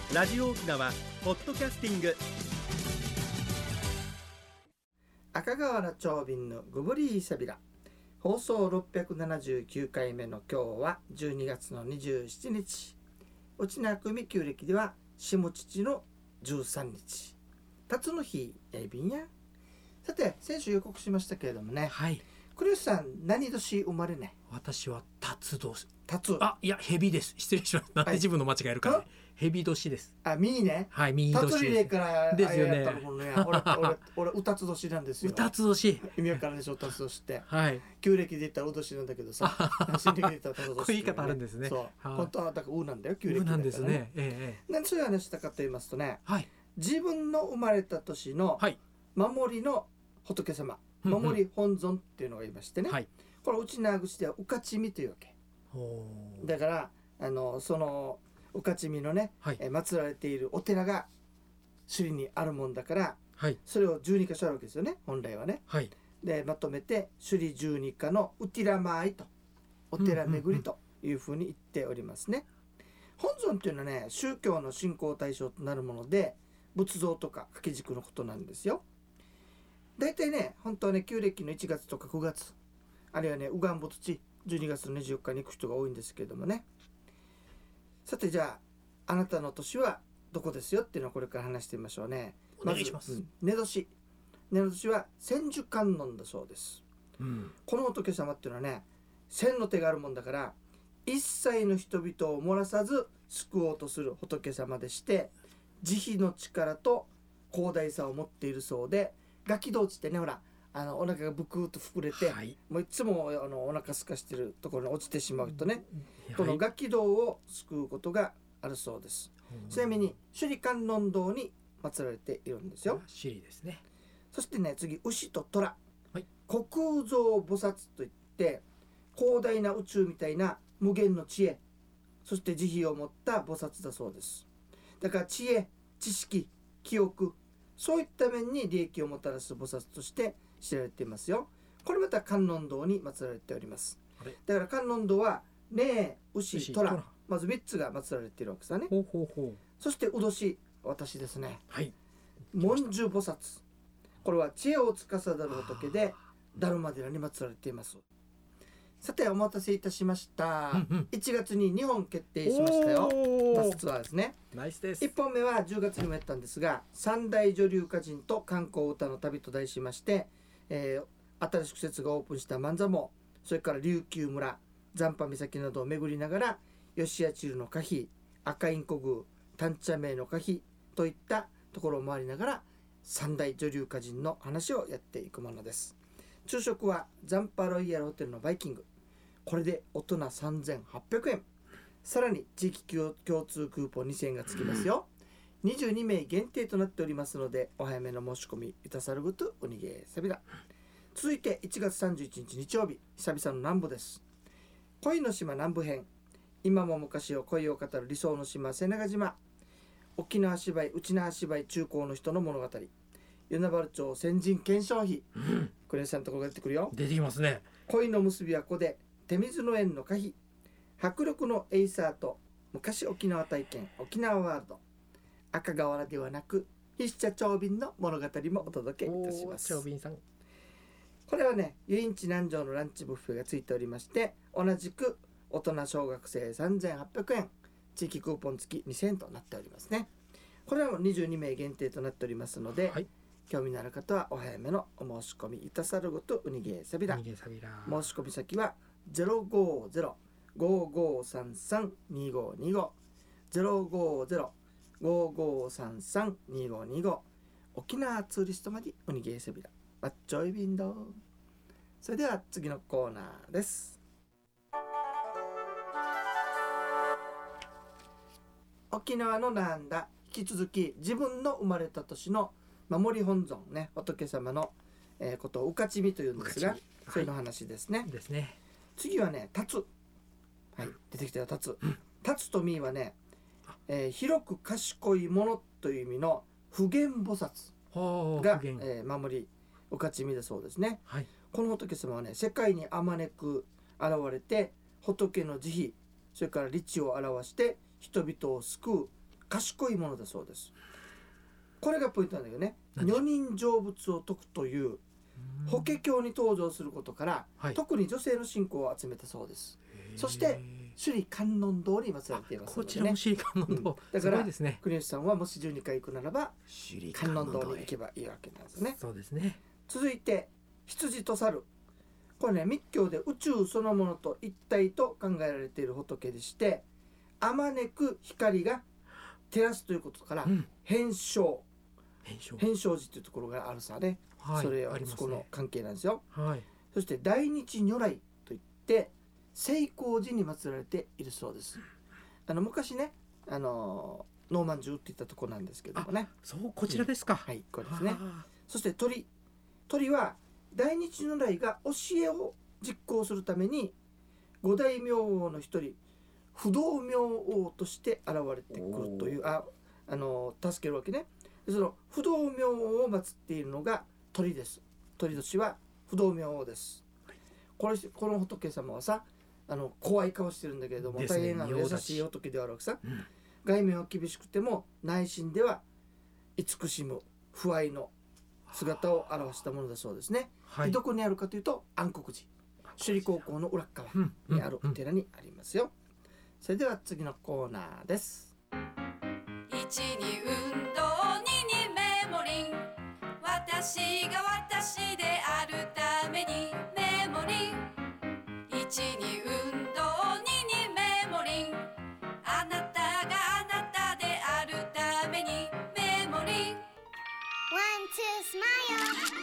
ラジオ沖縄ポッドキャスティング、 赤瓦長瓶のグブリーサビラ、放送679回目の今日は12月の27日、内縄組旧暦では下父の13日、辰の日やいびんや。さて先週予告しましたけれどもね、 はい、 栗吉さん何年生まれね？ 私は辰年。 辰、 いや蛇です。失礼しました。なんで自分の間違えるかね。蛇年です。 ミーね。 はい、ミー辰リレ年ーからですよね。 俺うたつ年なんですよ。 うたつ年。 意味わからんでしょ、うたつ年って。 はい。 旧暦で言ったらう年なんだけどさ、新暦で言ったらたつ年、 こういう言い方あるんですね。 そう。本当はだからうなんだよ、旧暦うだからね。 なんですね。 なんでそういう話したかと言いますとね、 はい。 自分の生まれた年のはい守りの仏様、守り本尊っていうのがいましてね、 はい。 これ内縄口ではうかちみというわけだから、そのうかちみのね、 はい。 祀られているお寺が首里にあるもんだから、 はい。 それを12箇所あるわけですよね、本来はね。 はい。 でまとめて首里12箇のうてらまいと、お寺巡りというふうに言っておりますね。本尊っていうのはね、宗教の信仰対象となるもので、仏像とか掛け軸のことなんですよ。だいたいね、本当はね、旧暦の1月とか9月、あるいはね、右岸没地12月の24日に行く人が多いんですけれどもね。さてじゃあ、あなたの年はどこですよっていうのをこれから話してみましょうね。 お願いします。 寝年。寝年は千手観音だそうです。この仏様っていうのはね、千の手があるもんだから、一切の人々を漏らさず救おうとする仏様でして、慈悲の力と広大さを持っているそうで、ガキ道地ってね、ほらお腹がブクッと膨れて、 はい。 もういつもお腹すかしてるところに落ちてしまうとね、このはい。 ガキ道を救うことがあるそうです。ちなみに首里観音堂に祀られているんですよ。 シリですね。 そしてね、次牛と虎、 はい、 虚空蔵菩薩といって広大な宇宙みたいな無限の知恵、そして慈悲を持った菩薩だそうです。だから知恵、知識、記憶、そういった面に利益をもたらす菩薩として知られていますよ。これまた観音堂に祀られております。だから観音堂はね、牛、虎、まず3つが祀られているわけですよね。そしてう年、私ですね。 はい。 文殊菩薩、これは知恵を司る仏でダルマ寺に祀られています。さてお待たせいたしました。1月に2本決定しましたよ。バスツアーですね。 ナイスです。 1本目は10月にもやったんですが、三大女流歌人と観光歌の旅と題しまして、新しく施設がオープンした万座網、それから琉球村、残波岬などを巡りながら、吉谷千鶴の歌碑、赤インコ宮、丹茶名の歌碑といったところを回りながら、三大女流歌人の話をやっていくものです。昼食はザンパロイヤルホテルのバイキング、これで大人3800円、さらに地域共通クーポン2000円がつきますよ。22名限定となっておりますので、お早めの申し込みいたさるぐとおにげさびだ。続いて1月31日日曜日、久々の南部です。恋の島南部編、今も昔を恋を語る理想の島瀬長島、沖縄芝居、内縄芝居中高の人の物語、与那原町先人検証碑、クレンさんのところが出てくるよ。 出てきますね。 恋の結びは子で手水の縁の歌碑、迫力のエイサーと昔沖縄体験、沖縄ワールド、赤瓦ではなく筆者長瓶の物語もお届けいたします。 長瓶さん、 これはね、遊園地南城のランチブッフェがついておりまして、同じく大人小学生3800円、地域クーポン付き2000円となっておりますね。これはもう22名限定となっておりますので、 はい、 興味のある方はお早めのお申し込みいたさるごとうにげさびら。申し込み先は 050-5533-2525 050-5533-2525 沖縄ツーリストまでうにげさびらわっちょいびんど。それでは次のコーナーです。沖縄のなんだ、引き続き自分の生まれた年の守り本尊ね、仏様の、ことをうかちみというんですが、それの話ですね。 ですね。 次はね、辰、はい、出てきたよ、辰。辰とみはね、広く賢いものという意味の普賢菩薩が、守りうかちみだそうですね。 はい、 この仏様はね、世界にあまねく現れて、仏の慈悲、それから理智を表して人々を救う賢いものだそうです。これがポイントなんだけどね。 何でしょう女人成仏を説くという法華経に登場することから、 はい特に女性の信仰を集めたそうです。そして首里観音堂に祀られていますのでね。 こちらも首里観音堂、 だからすごいですね。 国吉さんはもし12回行くならば首里観音堂にへ行けばいいわけなんですね。 そうですね。 続いて羊と猿、これね密教で宇宙そのものと一体と考えられている仏でして、あまねく光が照らすということから、 うん、 変照変装、 変照寺というところがあるさね、 はい、 それはありますそこのね。 関係なんですよ。 はい。 そして大日如来といって聖光寺に祀られているそうです。昔ねノーマンジュって言ったところなんですけどもね。 そうこちらですか。 はいこれですね。 あそして鳥は大日如来が教えを実行するために五大明王の一人不動明王として現れてくるという助けるわけね。でその不動明王を祀っているのが鳥です。鳥年は不動明王です。この仏様はさ怖い顔してるんだけれども、 ですね大変優しい仏であるわけさ。 うん外面は厳しくても内心では慈しむ不愛の姿を表したものだそうですね。 はい。 でどこにあるかというと安国寺首里高校の裏側うんにあるお寺にありますよ。それでは次のコーナーです。 1に運動2にメモリン、私が私であるためにメモリン、1に運動2にメモリン、あなたがあなたであるためにメモリン。 One, two, smile.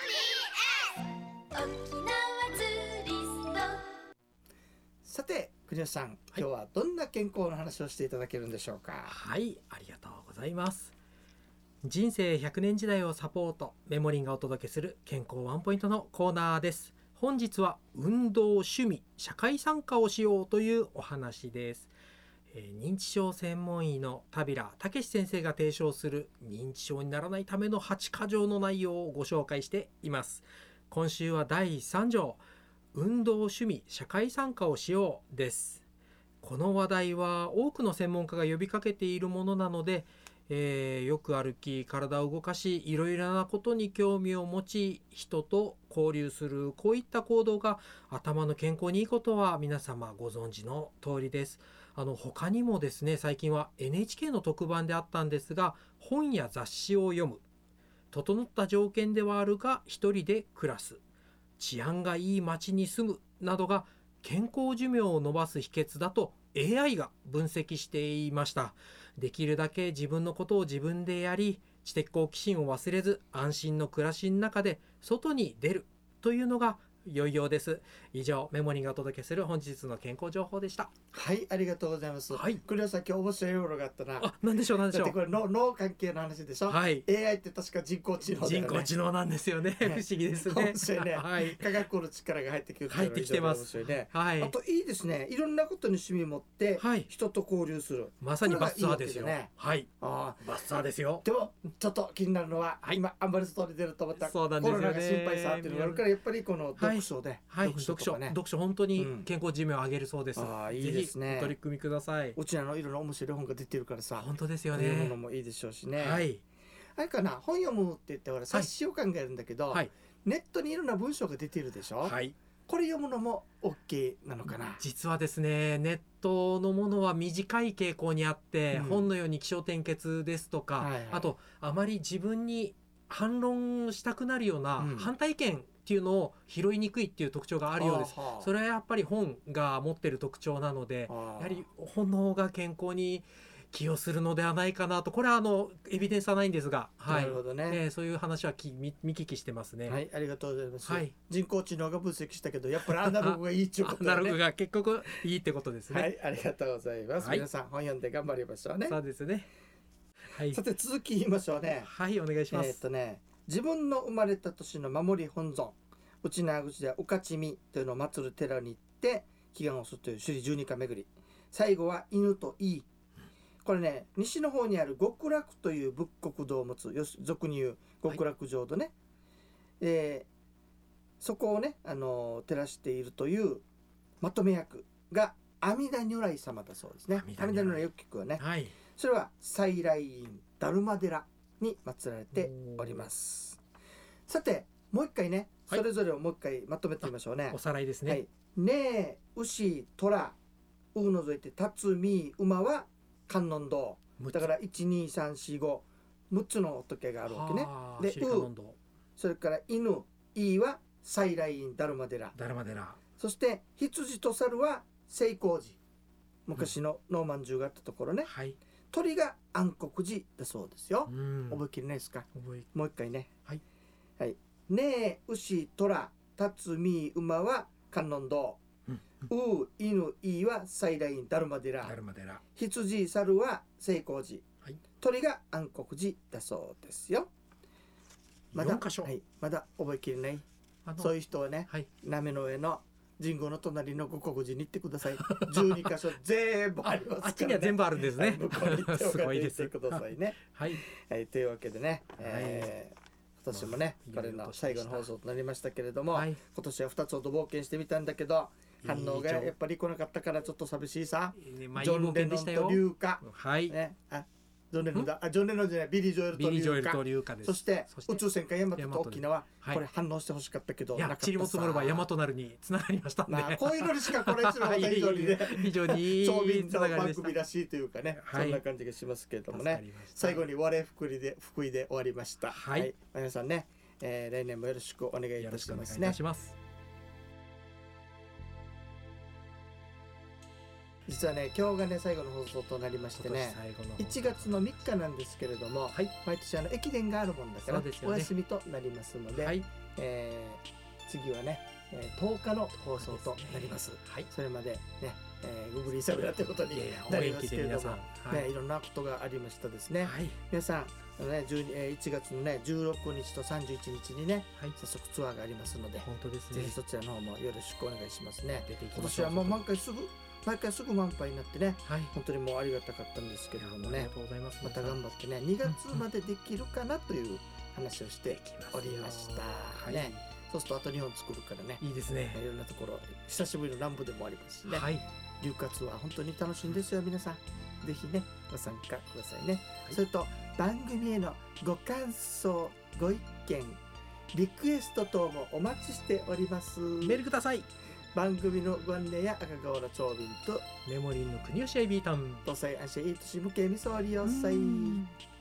OPS. 沖縄ツーリスト。 さて国吉さん、今日はどんな健康の話をしていただけるんでしょうか。 はい、ありがとうございます。人生100年時代をサポート、メモリンがお届けする健康ワンポイントのコーナーです。本日は運動、趣味、社会参加をしようというお話です。認知症専門医の田平武先生が提唱する認知症にならないための8か条の内容をご紹介しています。今週は第3条、運動、趣味、社会参加をしようです。この話題は多くの専門家が呼びかけているものなので、よく歩き体を動かしいろいろなことに興味を持ち人と交流する、こういった行動が頭の健康にいいことは皆様ご存知の通りです。他にもですね、最近は NHK の特番であったんですが、本や雑誌を読む、整った条件ではあるが一人で暮らす、治安がいい街に住むなどが健康寿命を延ばす秘訣だと AI が分析していました。できるだけ自分のことを自分でやり、知的好奇心を忘れず安心の暮らしの中で外に出るというのが良いようです。以上、メモリーがお届けする本日の健康情報でした。 はい、ありがとうございます。 はい、 栗尾さん、今日面白いものがあったな。 何でしょう何でしょう。 だってこれ脳関係の話でしょ。 はい、 AI って確か人工知能だよね。 人工知能なんですよね。不思議ですね。 面白いね。 はい、 科学の力が入ってくる。 入ってきてます。 面白いね。 はい、 あといいですね。いろんなことに趣味持って人と交流する。 まさにバッサーですよ。 ね、 はい、バッサーですよ。 でもちょっと気になるのは、今アンバレストに出るとまたコロナが心配さっていうのがあるから、やっぱりこの読書で、 読書本当に健康寿命を上げるそうです。 いいですね。 ぜひお取り組みください。 うちらのいろんな面白い本が出てるからさ。 本当ですよね。 読むのもいいでしょうしね。 はい。 あれかな、本読むって言って冊子を考えるんだけど、ネットにいろんな文章が出てるでしょ。はい。これ読むのも OK なのかな。 実はですね、ネットのものは短い傾向にあって、本のように起承転結ですとか、あとあまり自分に反論したくなるような反対意見っていうのを拾いにくいっていう特徴があるようです。それはやっぱり本が持ってる特徴なので、やはり本の方が健康に寄与するのではないかなと。これはエビデンスはないんですが、 なるほどね。 そういう話は見聞きしてますね。 はい、ありがとうございます。はい、人工知能が分析したけど、やっぱりアナログがいいっていうことだね。 アナログが結局いいってことですね。 はい、ありがとうございます。皆さん本読んで頑張りましょうね。 そうですね。はい。 さて続き言いましょうね。 はい、お願いします。 自分の生まれた年の守り本尊、内縄口では御徒見というのを祀る寺に行って祈願をするという首里12回巡り。最後は犬といい。これね、西の方にある極楽という仏国堂を持つ、俗に言う極楽浄土ね、そこをね、照らしているというまとめ役が阿弥陀如来様だそうですね。阿弥陀如来よく聞くわね。 それは西来院達磨寺に祀られております。さてもう一回ね、 はいそれぞれをもう一回まとめてみましょうね。 おさらいですね。 はい、ねえ牛虎う除いて辰巳馬は観音堂だから12345 6つの仏があるわけね。でシリカノンド、 それから犬いは西来院達磨寺、 ダルマ寺、 そして羊と猿は聖光寺、昔のノーマン銃があったところね。 はい、 鳥が安国寺だそうですよ。 うん、 覚えきれないですか？ 覚え、 もう一回ね。 はいはい、ねえ牛虎辰巳馬は観音堂、犬いは西来院達磨寺、 ダルマ寺、 羊猿は聖光寺、 はい、 鳥が安国寺だそうですよ。まだ 4箇所、 はい、まだ覚えきれない、 そうそういう人はね、 はい、 滑の上の神宮の隣の五国寺に行ってください。12箇所全部ありますからね。 あっちには全部あるんですね。 向こうに行っておすかごいですけてくださいね。 はい、 はい、というわけでね、今年もね、 まあこれの最後の放送となりましたけれども、 はい、 今年は2つほど冒険してみたんだけど、反応がやっぱり来なかったからちょっと寂しいさ。 まあ、いジョン・い冒レノンと険でしたよ。 リュウカ、 はい、 ね、ジョン・レノンだ、ジョン・レノンじゃない、ビリー・ジョエルとビリー・ジョエルリュウカ、 とリュウカです。 そして宇宙戦艦ヤマトと沖縄、 はい、 これ反応してほしかったけど、 いや、チリモ積もればヤマトなるにつながりましたんで、 まあ、こういうのにしかこれ以上の非常にね非常にいい長瓶のつながりでした番組。らしいというかね、 はいそんな感じがしますけれどもね。 助かりました。 最後に我福井で終わりました。 はい皆さんね、来年もよろしくお願いいたよろしくお願いいしますねたします。 実はね、今日がね最後の放送となりまして今年ね、 最後の 1月の3日なんですけれども、 はい、 毎年駅伝があるもんだから、 そうですよねお休みとなりますので、 はい、 次はね、10日の放送となります。 はい、 それまでね、グブリーサブラということにいやいやおなり元気ますけれどもで皆さん、はい、 ね、いろんなことがありましたですね。 はい、 皆さんね、1月のね16日と31日にね、 はい、 早速ツアーがありますので、 本当ですね。 ぜひそちらの方もよろしくお願いしますね。 出ていきましょう。 今年はもう毎回すぐ満杯になってね、 はい、 本当にもうありがたかったんですけれどもねありが、とうございます。 また頑張ってね、2月までできるかなという話をしておりました。 はい、 ね、そうするとあと2本作るからね、 いいですね。 いろんなところ久しぶりの南部でもありますしね。 はい、 留活は本当に楽しいんですよ。皆さんぜひねご参加くださいね。 はい、 それと番組へのご感想ご意見リクエスト等もお待ちしております。 メールください。 番組のご案内や赤川の長瓶とメモリーの国吉アイビータン。 東西安心いい年向けみそを利用さい。